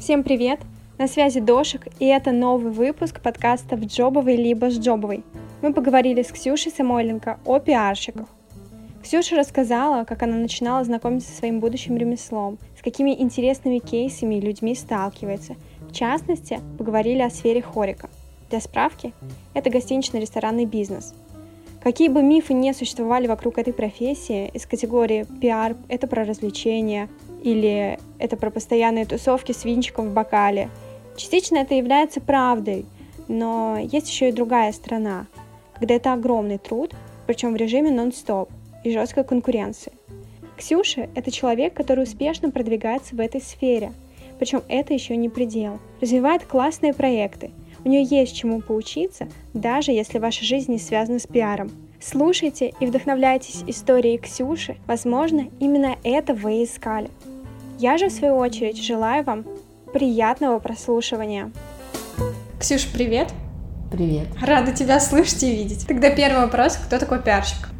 Всем привет! На связи Дошик, и это новый выпуск подкаста «В джобовой либо с джобовой». Мы поговорили с Ксюшей Самойленко о пиарщиках. Ксюша рассказала, как она начинала знакомиться со своим будущим ремеслом, с какими интересными кейсами и людьми сталкивается. В частности, поговорили о сфере хорика. Для справки, это гостинично-ресторанный бизнес. Какие бы мифы не существовали вокруг этой профессии, из категории «пиар» — это про развлечения, или это про постоянные тусовки с винчиком в бокале. Частично это является правдой, но есть еще и другая сторона, когда это огромный труд, причем в режиме нон-стоп и жесткой конкуренции. Ксюша — это человек, который успешно продвигается в этой сфере, причем это еще не предел. Развивает классные проекты, у нее есть чему поучиться, даже если ваша жизнь не связана с пиаром. Слушайте и вдохновляйтесь историей Ксюши, возможно, именно это вы искали. Я же, в свою очередь, желаю вам приятного прослушивания. Ксюша, привет! Привет! Рада тебя слышать и видеть. Тогда первый вопрос: кто такой пиарщик?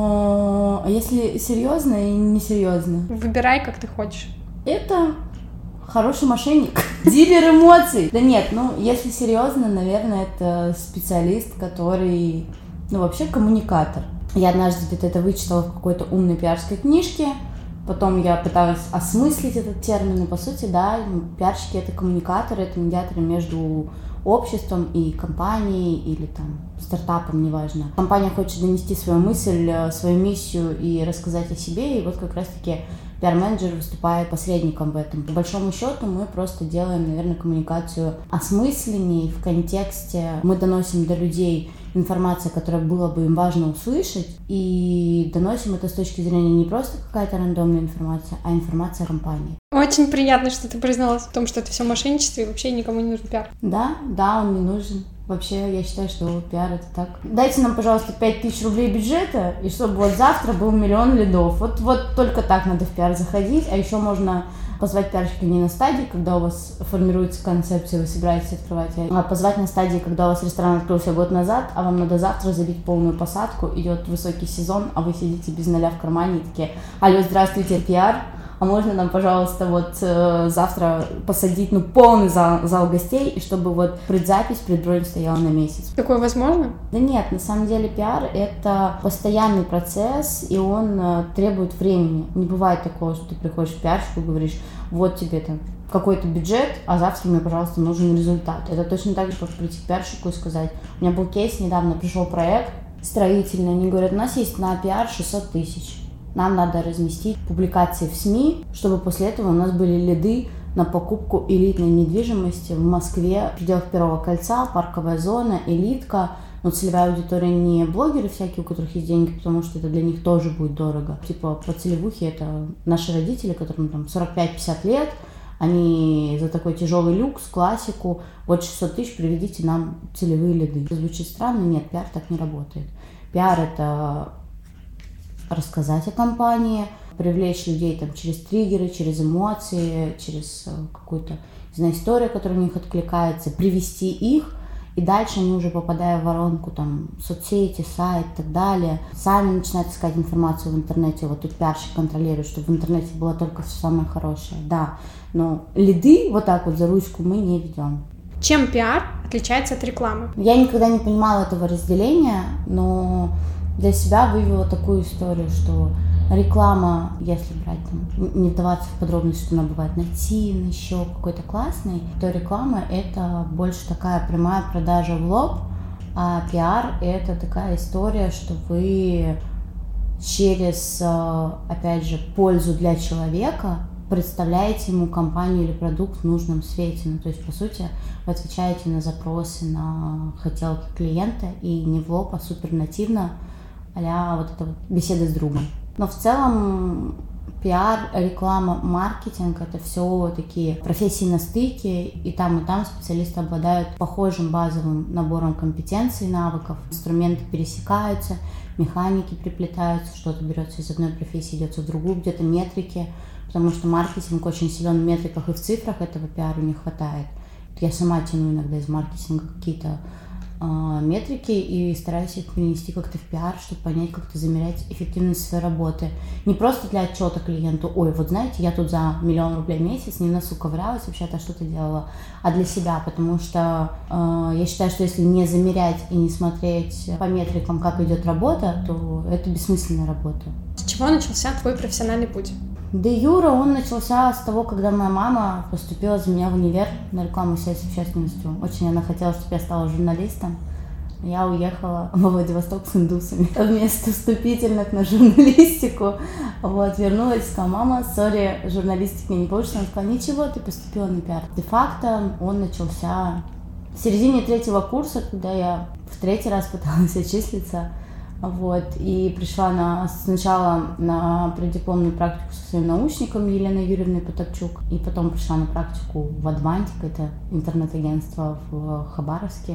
А если серьезно и несерьезно? Выбирай, как ты хочешь. Это хороший мошенник, дилер эмоций. Да нет, если серьезно, наверное, это специалист, который, вообще коммуникатор. Я однажды где-то это вычитала в какой-то умной пиарской книжке. Потом я пыталась осмыслить этот термин, и по сути, да, пиарщики — это коммуникаторы, это медиаторы между обществом и компанией или там стартапом, неважно. Компания хочет донести свою мысль, свою миссию и рассказать о себе, и вот как раз-таки пиар-менеджер выступает посредником в этом. По большому счету мы просто делаем, наверное, коммуникацию осмысленней, в контексте. Мы доносим до людей информацию, которую было бы им важно услышать, и доносим это с точки зрения не просто какая-то рандомная информация, а информация о компании. Очень приятно, что ты призналась в том, что это все мошенничество и вообще никому не нужен пиар. Да, он не нужен. Вообще, я считаю, что пиар — это так. Дайте нам, пожалуйста, 5000 рублей бюджета, и чтобы вот завтра был 1 000 000 лидов. Вот только так надо в пиар заходить, а еще можно позвать пиарщика не на стадии, когда у вас формируется концепция, вы собираетесь открывать, а позвать на стадии, когда у вас ресторан открылся год назад, а вам надо завтра забить полную посадку, идет высокий сезон, а вы сидите без 0 в кармане и такие: алло, здравствуйте, пиар, а можно нам, пожалуйста, завтра посадить, полный зал гостей, и чтобы предзапись, предбронь стояла на месяц. Такое возможно? Да нет, на самом деле пиар — это постоянный процесс, и он требует времени. Не бывает такого, что ты приходишь к пиарщику и говоришь: вот тебе там какой-то бюджет, а завтра мне, пожалуйста, нужен результат. Это точно так же, как прийти к пиарщику и сказать: у меня был кейс, недавно пришел проект строительный, они говорят: у нас есть на пиар 600 000. Нам надо разместить публикации в СМИ, чтобы после этого у нас были лиды на покупку элитной недвижимости в Москве, в пределах Первого кольца, парковая зона, элитка. Но целевая аудитория не блогеры всякие, у которых есть деньги, потому что это для них тоже будет дорого. По целевухе это наши родители, которым 45-50 лет, они за такой тяжелый люкс, классику: вот 600 000, приведите нам целевые лиды. Это звучит странно, нет, пиар так не работает. Пиар — это рассказать о компании, привлечь людей через триггеры, через эмоции, через какую-то, историю, которая у них откликается, привести их, и дальше они уже, попадая в воронку, соцсети, сайт и так далее, сами начинают искать информацию в интернете. Вот тут пиарщик контролирует, чтобы в интернете было только все самое хорошее, да, но лиды вот так за ручку мы не ведем. Чем пиар отличается от рекламы? Я никогда не понимала этого разделения, но для себя вывела такую историю, что реклама, если брать, не вдаваться в подробности, что она бывает нативной, еще какой-то классной, то реклама — это больше такая прямая продажа в лоб, а пиар — это такая история, что вы через, опять же, пользу для человека представляете ему компанию или продукт в нужном свете. То есть, по сути, вы отвечаете на запросы, на хотелки клиента, и не в лоб, а супер нативно, а-ля беседа с другом. Но в целом пиар, реклама, маркетинг — это все такие профессии на стыке, и там специалисты обладают похожим базовым набором компетенций, навыков, инструменты пересекаются, механики приплетаются, что-то берется из одной профессии, идется в другую, где-то метрики, потому что маркетинг очень силен в метриках и в цифрах, этого пиару не хватает. Я сама тяну иногда из маркетинга какие-то метрики и стараюсь их принести как-то в пиар, чтобы понять, как-то замерять эффективность своей работы. Не просто для отчета клиенту, ой, вот знаете, я тут за 1 000 000 рублей в месяц не в носу ковырялась, вообще-то что-то делала, а для себя, потому что я считаю, что если не замерять и не смотреть по метрикам, как идет работа, то это бессмысленная работа. С чего начался твой профессиональный путь? Де юра он начался с того, когда моя мама поступила за меня в универ на рекламу связи с общественностью. Очень она хотела, чтобы я стала журналистом. Я уехала во Владивосток с индусами вместо вступительных на журналистику. Вот, вернулась, сказала: мама, сори, журналистика не получится. Она сказала: ничего, ты поступила на пиар. Де-факто он начался в середине 3-го курса, когда я в 3-й раз пыталась отчислиться. Вот, и пришла сначала на преддипломную практику со своим научником Еленой Юрьевной Потапчук, и потом пришла на практику в Адвантик, это интернет-агентство в Хабаровске.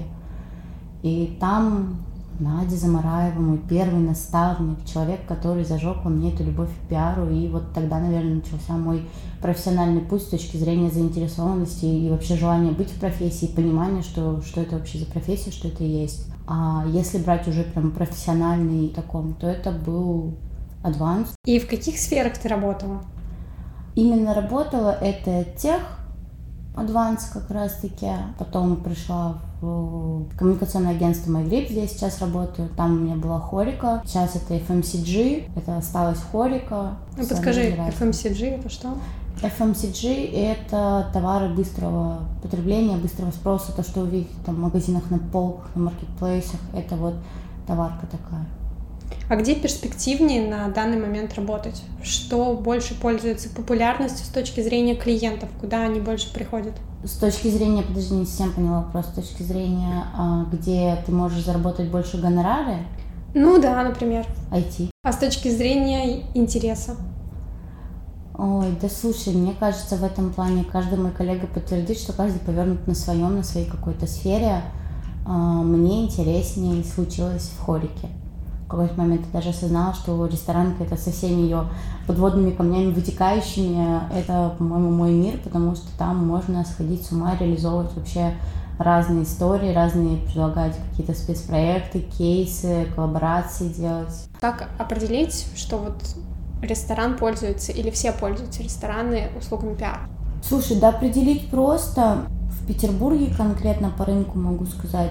И там Надя Замараева, мой первый наставник, человек, который зажег во мне эту любовь к пиару, и вот тогда, наверное, начался мой профессиональный путь с точки зрения заинтересованности и вообще желания быть в профессии, понимания, что это вообще за профессия, что это есть. А если брать уже прям профессиональный таком, то это был Advance. И в каких сферах ты работала? Именно работала это тех Advance как раз-таки. Потом пришла в коммуникационное агентство MyGrip, где я сейчас работаю. Там у меня была хорика. Сейчас это FMCG, это осталась хорика. Ну, подскажи, FMCG это что? FMCG — это товары быстрого потребления, быстрого спроса, то, что вы видите там в магазинах, на полках, на маркетплейсах, это вот товарка такая. А где перспективнее на данный момент работать? Что больше пользуется популярностью с точки зрения клиентов? Куда они больше приходят? С точки зрения, подожди, не совсем поняла вопрос, с точки зрения, где ты можешь заработать больше гонорары? Ну да, например. IT. А с точки зрения интереса? Ой, да слушай, мне кажется, в этом плане каждый мой коллега подтвердит, что каждый повернут на своей какой-то сфере. Мне интереснее случилось в хорике. В какой-то момент я даже осознала, что ресторанка — это со всеми ее подводными камнями вытекающими. Это, по-моему, мой мир, потому что там можно сходить с ума, реализовывать вообще разные истории, разные предлагать какие-то спецпроекты, кейсы, коллаборации делать. Как определить, что вот ресторан пользуется или все пользуются рестораны услугами пиар? Слушай, да определить просто. В Петербурге конкретно по рынку могу сказать,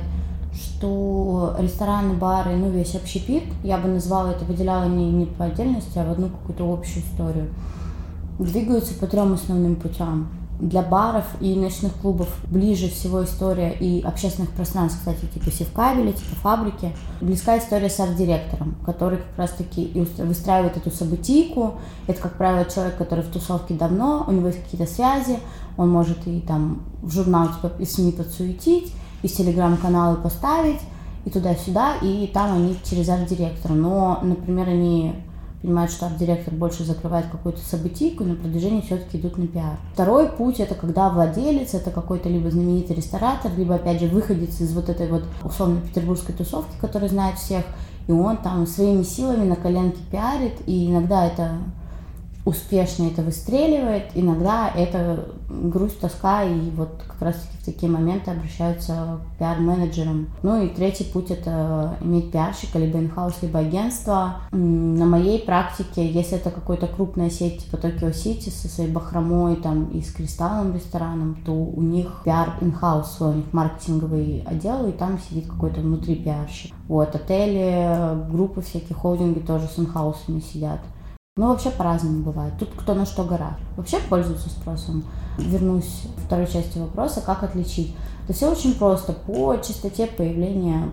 что рестораны, бары, весь общепит, я бы назвала это, выделяла не по отдельности, а в одну какую-то общую историю, двигаются по 3 основным путям. Для баров и ночных клубов ближе всего история и общественных пространств, кстати, типа Севкабеля, типа фабрики. Близка история с арт-директором, который как раз-таки и выстраивает эту событийку. Это, как правило, человек, который в тусовке давно, у него есть какие-то связи, он может и там в журнал типа из СМИ подсуетить, из телеграм-канала поставить, и туда-сюда, и там они через арт-директора. Но, например, они понимают, что арт-директор больше закрывает какую-то событийку, и на продвижение все-таки идут на пиар. Второй путь — это когда владелец, это какой-то либо знаменитый ресторатор, либо, опять же, выходец из вот этой вот условно петербургской тусовки, который знает всех, и он там своими силами на коленке пиарит, и иногда это успешно это выстреливает, иногда это грусть, тоска, и вот как раз-таки в такие моменты обращаются к пиар-менеджерам. Ну и третий путь — это иметь пиарщика, либо инхаус, либо агентство. На моей практике, если это какая-то крупная сеть типа Tokyo City со своей бахромой там, и с кристаллом рестораном, то у них пиар-инхаус, у них маркетинговый отдел, и там сидит какой-то внутри пиарщик. Вот, отели, группы всякие, холдинги тоже с инхаусами сидят. Ну, вообще по-разному бывает. Тут кто на что гора. Вообще пользуются спросом. Вернусь к второй части вопроса, как отличить. Это все очень просто. По частоте появления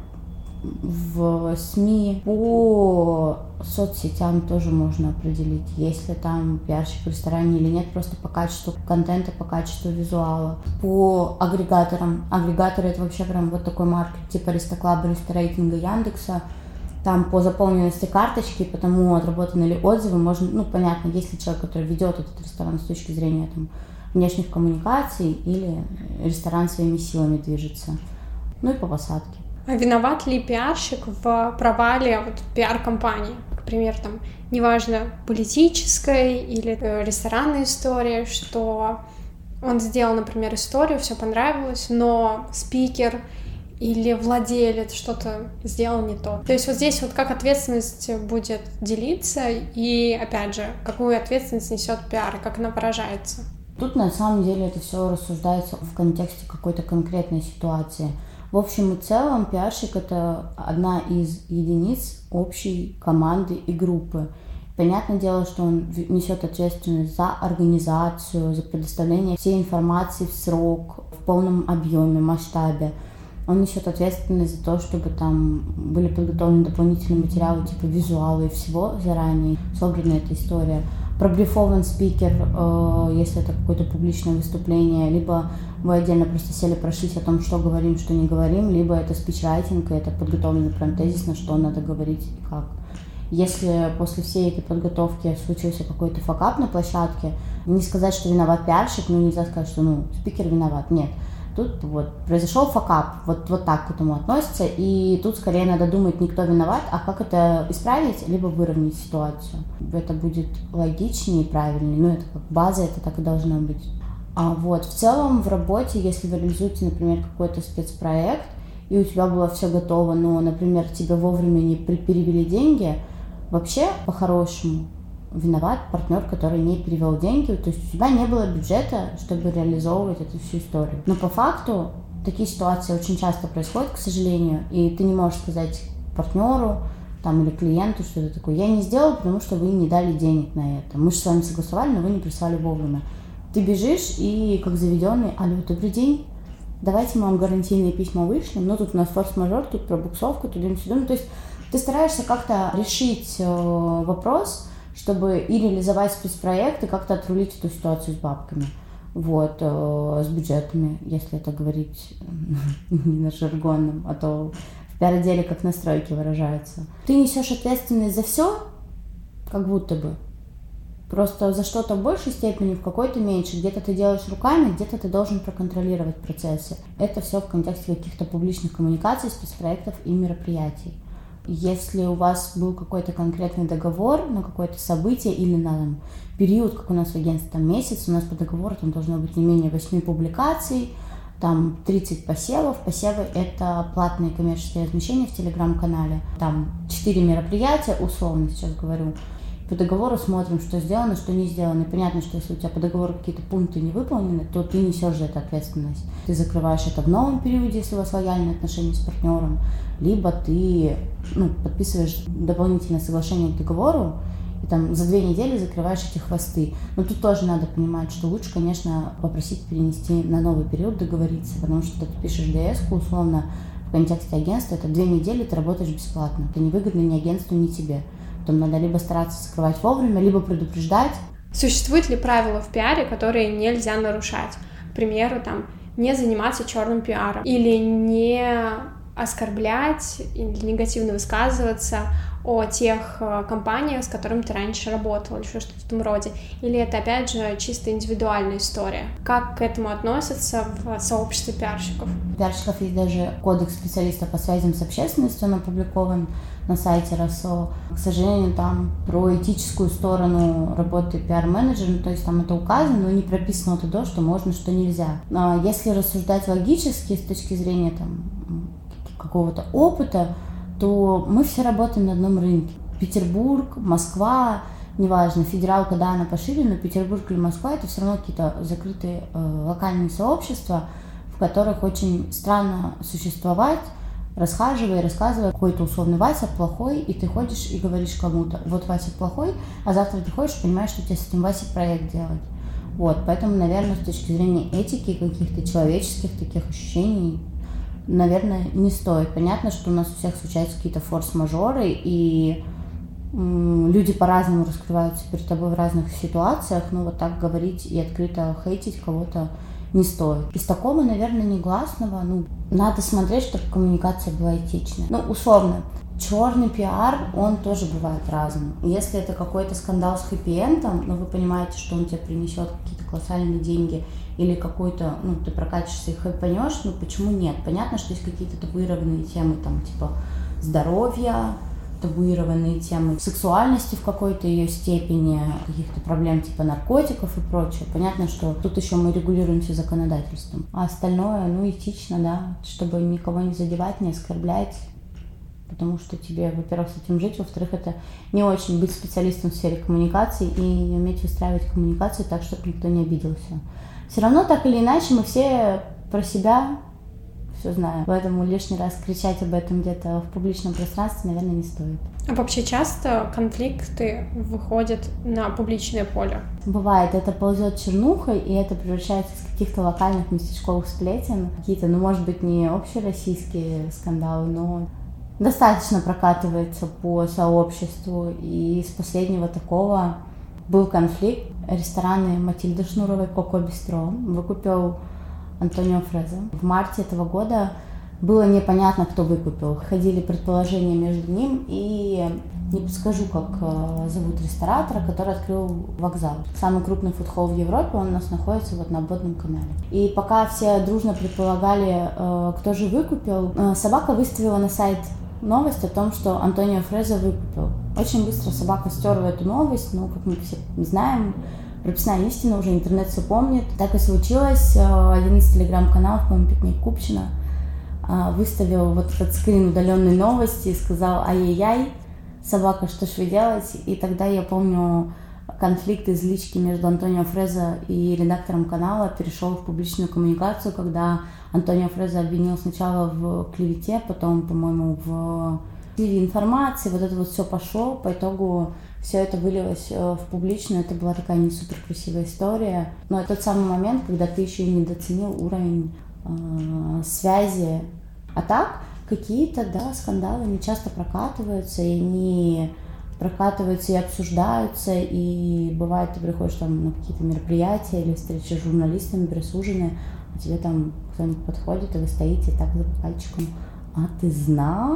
в СМИ, по соцсетям тоже можно определить, есть ли там пиарщик в ресторане или нет, просто по качеству контента, по качеству визуала. По агрегаторам. Агрегаторы — это вообще прям вот такой маркет, типа Аристоклаба, Ресторейтинга, Яндекса. Там по заполненности карточки, по тому, отработаны ли отзывы, можно, понятно, есть ли человек, который ведет этот ресторан с точки зрения там, внешних коммуникаций, или ресторан своими силами движется. Ну и по посадке. А виноват ли пиарщик в провале пиар-компании? Например, там, неважно, политической или ресторанной истории, что он сделал, например, историю, все понравилось, но спикер или владелец что-то сделал не то. То есть вот здесь вот как ответственность будет делиться и, опять же, какую ответственность несет пиар, как она выражается. Тут на самом деле это все рассуждается в контексте какой-то конкретной ситуации. В общем и целом пиарщик — это одна из единиц общей команды и группы. Понятное дело, что он несет ответственность за организацию, за предоставление всей информации в срок, в полном объеме, масштабе. Он несет ответственность за то, чтобы там были подготовлены дополнительные материалы, типа визуалы и всего заранее, собрана эта история. Проблифован спикер, если это какое-то публичное выступление, либо вы отдельно просто сели, прошлись о том, что говорим, что не говорим, либо это спичрайтинг, и это подготовлено прям тезисно, что надо говорить и как. Если после всей этой подготовки случился какой-то факап на площадке, не сказать, что виноват пиарщик, нельзя сказать, что спикер виноват, нет. Тут вот произошел факап, вот так к этому относится, и тут скорее надо думать, не кто виноват, а как это исправить, либо выровнять ситуацию. Это будет логичнее и правильнее, это как база, это так и должно быть. А вот в целом в работе, если вы реализуете, например, какой-то спецпроект, и у тебя было все готово, но, например, тебе вовремя не перевели деньги, вообще, по-хорошему, виноват партнер, который не перевел деньги, то есть у тебя не было бюджета, чтобы реализовывать эту всю историю. Но по факту такие ситуации очень часто происходят, к сожалению, и ты не можешь сказать партнеру или клиенту что-то такое: я не сделал, потому что вы не дали денег на это. Мы же с вами согласовали, но вы не прислали вовремя. Ты бежишь и как заведенный: алло, добрый день, давайте мы вам гарантийные письма вышлем, тут у нас форс-мажор, тут пробуксовка, туда-сюда. То есть ты стараешься как-то решить вопрос, чтобы и реализовать спецпроект, и как-то отрулить эту ситуацию с бабками, с бюджетами, если это говорить не на жаргонном, а то в пиар-деле как на стройке выражается. Ты несешь ответственность за все, как будто бы, просто за что-то в большей степени, в какой-то меньше, где-то ты делаешь руками, где-то ты должен проконтролировать процессы. Это все в контексте каких-то публичных коммуникаций, спецпроектов и мероприятий. Если у вас был какой-то конкретный договор на какое-то событие или на период, как у нас в агентстве, месяц, у нас по договору там должно быть не менее 8 публикаций, 30 посевов. Посевы — это платные коммерческие размещения в Телеграм-канале. 4 мероприятия, условно сейчас говорю. По договору смотрим, что сделано, что не сделано. И понятно, что если у тебя по договору какие-то пункты не выполнены, то ты несешь за это ответственность. Ты закрываешь это в новом периоде, если у вас лояльные отношения с партнером, либо ты подписываешь дополнительное соглашение к договору и за 2 недели закрываешь эти хвосты. Но тут тоже надо понимать, что лучше, конечно, попросить перенести на новый период, договориться, потому что ты пишешь ДС-ку условно в контексте агентства, это 2 недели ты работаешь бесплатно. Это невыгодно ни агентству, ни тебе. Потом надо либо стараться скрывать вовремя, либо предупреждать. Существуют ли правила в пиаре, которые нельзя нарушать? К примеру, не заниматься черным пиаром или не оскорблять или негативно высказываться о тех компаниях, с которыми ты раньше работал, или что-то в этом роде. Или это, опять же, чисто индивидуальная история? Как к этому относятся в сообществе пиарщиков? У пиарщиков есть даже кодекс специалистов по связям с общественностью, он опубликован на сайте РАСО. К сожалению, там про этическую сторону работы пиар-менеджера, то есть там это указано, но не прописано то, что можно, что нельзя. Но если рассуждать логически с точки зрения какого-то опыта, то мы все работаем на одном рынке. Петербург, Москва, неважно, федералка, да, она пошире, но Петербург или Москва — это все равно какие-то закрытые локальные сообщества, в которых очень странно существовать, расхаживая и рассказывая, какой-то условный Вася плохой, и ты ходишь и говоришь кому-то: вот Вася плохой, а завтра ты ходишь и понимаешь, что тебе с этим Васей проект делать. Поэтому, наверное, с точки зрения этики, каких-то человеческих таких ощущений, наверное, не стоит. Понятно, что у нас у всех случаются какие-то форс-мажоры, и люди по-разному раскрываются перед тобой в разных ситуациях, но вот так говорить и открыто хейтить кого-то не стоит. Из такого, наверное, негласного, надо смотреть, чтобы коммуникация была этичной. Условно, черный пиар, он тоже бывает разным. Если это какой-то скандал с хэппи-эндом, но вы понимаете, что он тебе принесет какие-то колоссальные деньги, или какой-то, ты прокатишься и хайпанешь, почему нет? Понятно, что есть какие-то табуированные темы, типа здоровья, табуированные темы сексуальности в какой-то ее степени, каких-то проблем типа наркотиков и прочее. Понятно, что тут еще мы регулируемся законодательством. А остальное, этично, да, чтобы никого не задевать, не оскорблять, потому что тебе, во-первых, с этим жить, во-вторых, это не очень быть специалистом в сфере коммуникаций и не уметь выстраивать коммуникацию так, чтобы никто не обиделся. Все равно, так или иначе, мы все про себя все знаем, поэтому лишний раз кричать об этом где-то в публичном пространстве, наверное, не стоит. А вообще часто конфликты выходят на публичное поле? Бывает, это ползет чернухой, и это превращается из каких-то локальных местечковых сплетен, какие-то, может быть, не общероссийские скандалы, но достаточно прокатывается по сообществу. И из последнего такого был конфликт. Рестораны Матильды Шнуровой «Коко Бистро» выкупил Антонио Фреза. В марте этого года было непонятно, кто выкупил. Ходили предположения между ним и не подскажу, как зовут ресторатора, который открыл вокзал. Самый крупный фудхолл в Европе, он у нас находится на Обводном канале. И пока все дружно предполагали, кто же выкупил, собака выставила на сайт новость о том, что Антонио Фреза выкупил. Очень быстро собака стерла эту новость, как мы все знаем, прописная истина, уже интернет все помнит. Так и случилось. Один из телеграм-каналов, по-моему, «Пикник Купчино», выставил этот скрин удаленной новости и сказал: ай-яй-яй, собака, что ж вы делаете? И тогда, я помню, конфликт из лички между Антонио Фреза и редактором канала перешел в публичную коммуникацию, когда Антонио Фреза обвинил сначала в клевете, потом, по-моему, в сливе информации. Вот это все пошло. По итогу все это вылилось в публичную. Это была такая не супер красивая история. Но это тот самый момент, когда ты еще и недооценил уровень связи. А так, какие-то, скандалы, они часто прокатываются, и они прокатываются и обсуждаются, и бывает, ты приходишь на какие-то мероприятия или встречи с журналистами, прислуженные, а тебе там кто-нибудь подходит, и вы стоите так за пальчиком: а ты знал?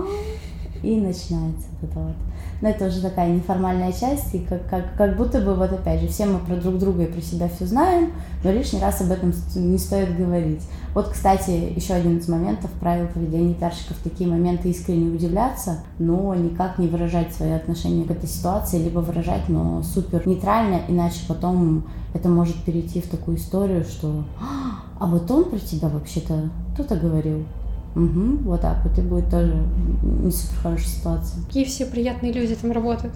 И начинается это. Но это уже такая неформальная часть, и как будто бы, опять же, все мы про друг друга и про себя все знаем, но лишний раз об этом не стоит говорить. Кстати, еще один из моментов правил поведения пиарщиков: такие моменты искренне удивляться, но никак не выражать свои отношения к этой ситуации, либо выражать, но супер нейтрально, иначе потом это может перейти в такую историю, что а вот он про тебя вообще-то кто-то говорил. Вот так и будет тоже не супер хорошая ситуация. Какие все приятные люди там работают.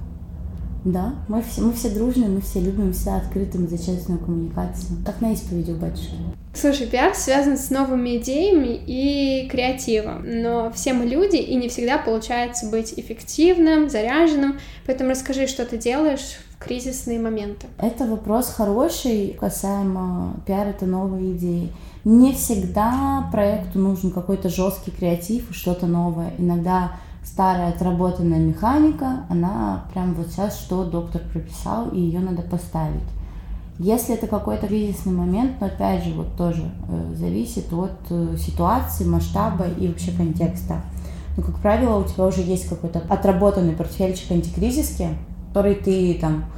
Да, мы все дружные, мы все любим, все открытым за честную коммуникацию. Как на исповеди у батюшки. Слушай, пиар связан с новыми идеями и креативом, но все мы люди, и не всегда получается быть эффективным, заряженным, поэтому расскажи, что ты делаешь в кризисные моменты. Это вопрос хороший касаемо пиар, это новые идеи. Не всегда проекту нужен какой-то жесткий креатив и что-то новое. Иногда старая отработанная механика, она прям сейчас, что доктор прописал, и ее надо поставить. Если это какой-то кризисный момент, но опять же, тоже зависит от ситуации, масштаба и вообще контекста. Но, как правило, у тебя уже есть какой-то отработанный портфельчик антикризиски, который ты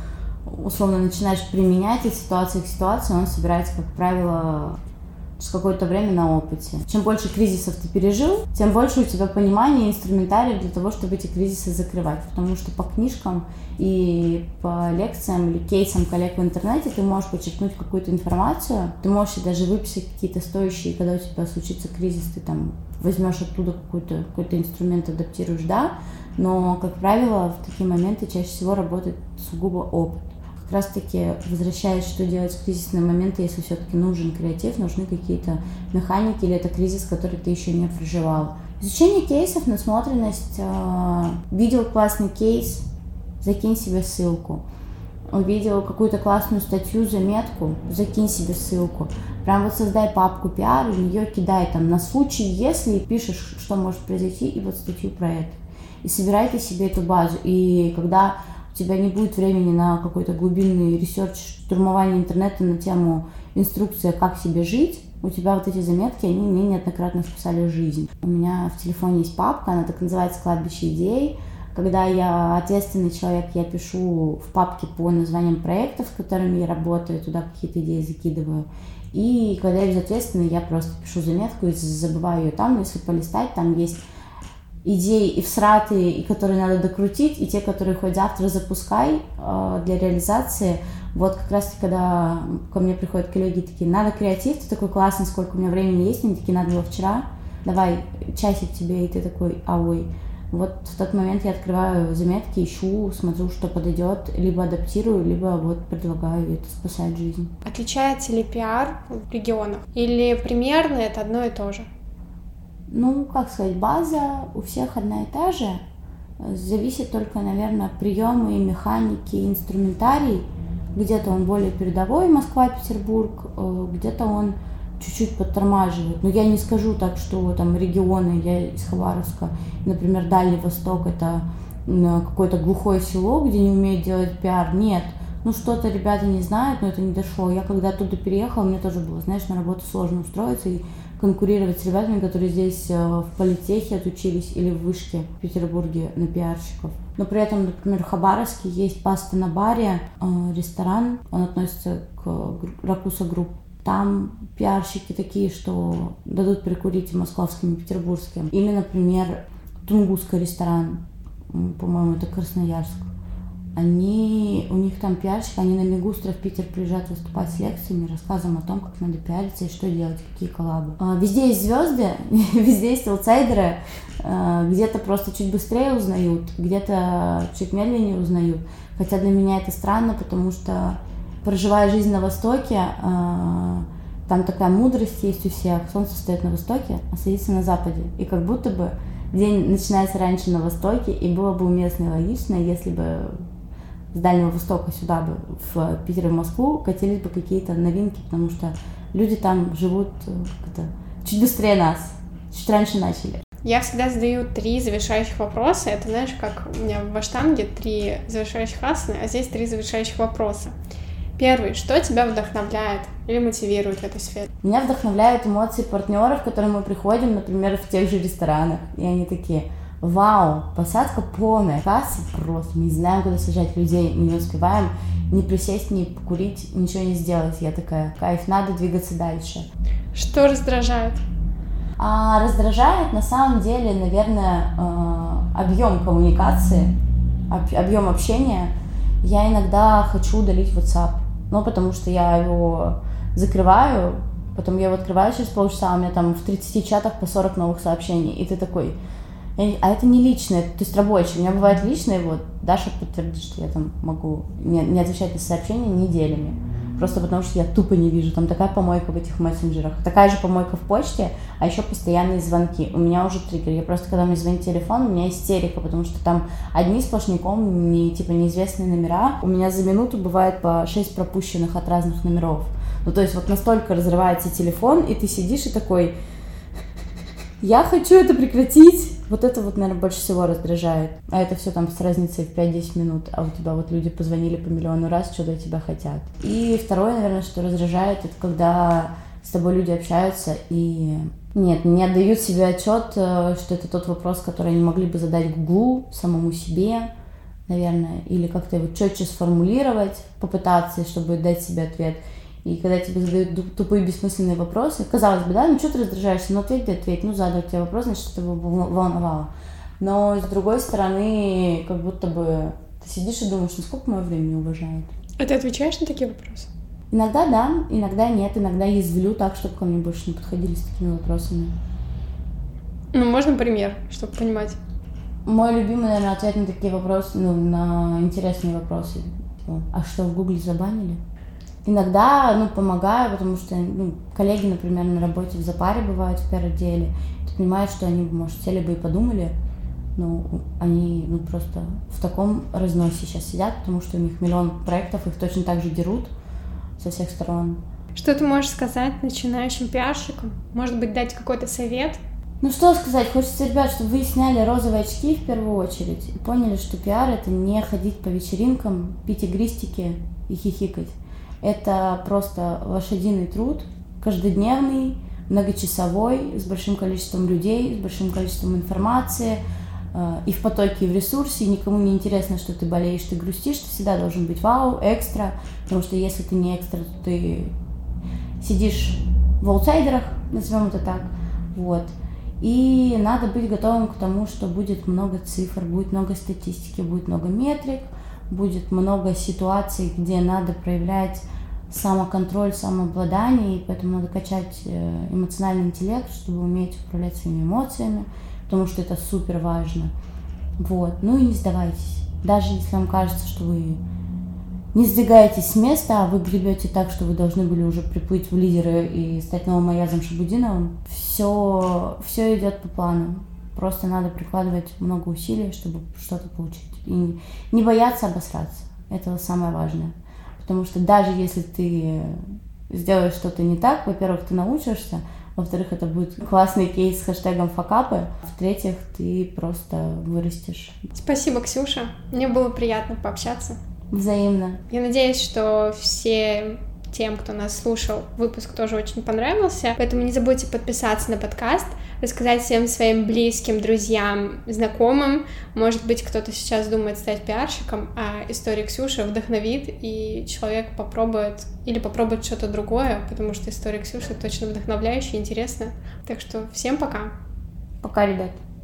условно начинаешь применять из ситуации к ситуации, он собирается, как правило, с какое-то время на опыте. Чем больше кризисов ты пережил, тем больше у тебя понимания и инструментариев для того, чтобы эти кризисы закрывать. Потому что по книжкам и по лекциям или кейсам коллег в интернете ты можешь подчеркнуть какую-то информацию, ты можешь даже выписать какие-то стоящие, когда у тебя случится кризис, ты возьмешь оттуда какой-то инструмент, адаптируешь, но, как правило, в такие моменты чаще всего работает сугубо опыт. Как раз таки, возвращаясь, что делать в кризисные моменты, если все-таки нужен креатив, нужны какие-то механики, или это кризис, который ты еще не проживал. Изучение кейсов, насмотренность, видел классный кейс, закинь себе ссылку. Увидел какую-то классную статью, заметку, закинь себе ссылку. Прям создай папку пиар, в нее кидай на случай, если пишешь, что может произойти, и статью про это. И собирайте себе эту базу. И когда у тебя не будет времени на какой-то глубинный ресерч, штурмование интернета на тему инструкция, как себе жить, у тебя эти заметки, они мне неоднократно спасали жизнь. У меня в телефоне есть папка, она так называется «Кладбище идей». Когда я ответственный человек, я пишу в папке по названиям проектов, с которыми я работаю, туда какие-то идеи закидываю. И когда я безответственный, я просто пишу заметку и забываю ее там. Если полистать, там есть идеи и всратые, и которые надо докрутить, и те, которые хоть завтра запускай для реализации. Вот как раз когда ко мне приходят коллеги такие, надо креатив, ты такой классный, сколько у меня времени есть, они такие, надо было вчера, давай часик тебе, и ты такой, ой. Вот в тот момент я открываю заметки, ищу, смотрю, что подойдет, либо адаптирую, либо вот предлагаю, и это спасает жизнь. Отличается ли пиар в регионах? Или примерно это одно и то же? Ну, как сказать, база у всех одна и та же. Зависит только, наверное, приемы, механики, инструментарий. Где-то он более передовой, Москва, Петербург, где-то он чуть-чуть подтормаживает. Но я не скажу так, что там регионы, я из Хабаровска, например, Дальний Восток, это какое-то глухое село, где не умеют делать пиар. Нет. Ну, что-то ребята не знают, но это не дошло. Я когда оттуда переехала, мне тоже было, знаешь, на работу сложно устроиться и конкурировать с ребятами, которые здесь в политехе отучились или в вышке в Петербурге на пиарщиков. Но при этом, например, в Хабаровске есть «Паста на баре», ресторан, он относится к Ракуса Групп. Там пиарщики такие, что дадут прикурить и московским, и петербургским. Или, например, Тунгусский ресторан, по-моему, это Красноярск. У них там пиарщик, они на Мегустро в Питер приезжают выступать с лекциями, рассказом о том, как надо пиариться и что делать, какие коллабы. Везде есть звезды, везде есть аутсайдеры, где-то просто чуть быстрее узнают, где-то чуть медленнее узнают. Хотя для меня это странно, потому что, проживая жизнь на Востоке, там такая мудрость есть у всех. Солнце встает на Востоке, а садится на Западе. И как будто бы день начинается раньше на Востоке, и было бы уместно и логично, если бы с Дальнего Востока сюда бы, в Питер и в Москву, катились бы какие-то новинки, потому что люди там живут чуть быстрее нас, чуть раньше начали. Я всегда задаю 3 завершающих вопроса. Это, знаешь, как у меня в Аштанге 3 завершающих асаны, а здесь 3 завершающих вопроса. Первый. Что тебя вдохновляет или мотивирует в этой сфере? Меня вдохновляют эмоции партнеров, к которым мы приходим, например, в тех же ресторанах. И они такие: вау, посадка полная, касса просто, мы не знаем, куда сажать людей, мы не успеваем ни присесть, ни покурить, ничего не сделать. Я такая: кайф, надо двигаться дальше. Что раздражает? Раздражает, на самом деле, наверное, объем коммуникации, объем общения. Я иногда хочу удалить WhatsApp, потому что я его закрываю, потом я его открываю через полчаса, у меня там в 30 чатах по 40 новых сообщений, и ты такой: а это не личное, то есть рабочее. У меня бывает личное, вот Даша подтвердит, что я там могу не отвечать на сообщения неделями, просто потому что я тупо не вижу. Там такая помойка в этих мессенджерах, такая же помойка в почте, а еще постоянные звонки. У меня уже триггер. Я просто, когда мне звонит телефон, у меня истерика, потому что там одни сплошняком неизвестные номера. У меня за минуту бывает по 6 пропущенных от разных номеров. То есть вот настолько разрывается телефон, и ты сидишь и такой: я хочу это прекратить. Вот это вот, наверное, больше всего раздражает. А это все там с разницей в 5-10 минут. А у тебя вот люди позвонили по миллиону раз, что-то от тебя хотят. И второе, наверное, что раздражает, это когда с тобой люди общаются и не отдают себе отчет, что это тот вопрос, который они могли бы задать Гуглу, самому себе, наверное, или как-то его четче сформулировать, попытаться, чтобы дать себе ответ. И когда тебе задают тупые бессмысленные вопросы, казалось бы, да, что ты раздражаешься, ответь, задал тебе вопрос, значит, что тебя волновало. Но с другой стороны, как будто бы ты сидишь и думаешь, насколько мое время не уважают. А ты отвечаешь на такие вопросы? Иногда да, иногда нет, иногда язвлю так, чтобы ко мне больше не подходили с такими вопросами. Можно пример, чтобы понимать? Мой любимый, наверное, ответ на такие вопросы, на интересные вопросы. А что, в Гугле забанили? Иногда, помогаю, потому что, коллеги, например, на работе в запаре бывают в пиар-отделе. Ты понимаешь, что они, может, сели бы и подумали, но они, просто в таком разносе сейчас сидят, потому что у них миллион проектов, их точно так же дерут со всех сторон. Что ты можешь сказать начинающим пиарщикам? Может быть, дать какой-то совет? Что сказать? Хочется, ребят, чтобы вы сняли розовые очки в первую очередь и поняли, что пиар — это не ходить по вечеринкам, пить игристики и хихикать. Это просто лошадиный труд, каждодневный, многочасовой, с большим количеством людей, с большим количеством информации, и в потоке, и в ресурсе. Никому не интересно, что ты болеешь, ты грустишь, ты всегда должен быть вау, экстра, потому что если ты не экстра, то ты сидишь в аутсайдерах, назовем это так, вот. И надо быть готовым к тому, что будет много цифр, будет много статистики, будет много метрик, будет много ситуаций, где надо проявлять самоконтроль, самообладание, и поэтому надо качать эмоциональный интеллект, чтобы уметь управлять своими эмоциями, потому что это супер важно. Вот. Ну и не сдавайтесь. Даже если вам кажется, что вы не сдвигаетесь с места, а вы гребете так, что вы должны были уже приплыть в лидеры и стать новым Аязом Шабудиновым, все идет по плану. Просто надо прикладывать много усилий, чтобы что-то получить. И не бояться обосраться. Это самое важное. Потому что даже если ты сделаешь что-то не так, во-первых, ты научишься, во-вторых, это будет классный кейс с хэштегом факапы, в-третьих, ты просто вырастешь. Спасибо, Ксюша. Мне было приятно пообщаться. Взаимно. Я надеюсь, что всем тем, кто нас слушал, выпуск тоже очень понравился. Поэтому не забудьте подписаться на подкаст, рассказать всем своим близким, друзьям, знакомым. Может быть, кто-то сейчас думает стать пиарщиком, а история Ксюши вдохновит, и человек попробует что-то другое, потому что история Ксюши точно вдохновляющая и интересная. Так что всем пока. Пока, ребят.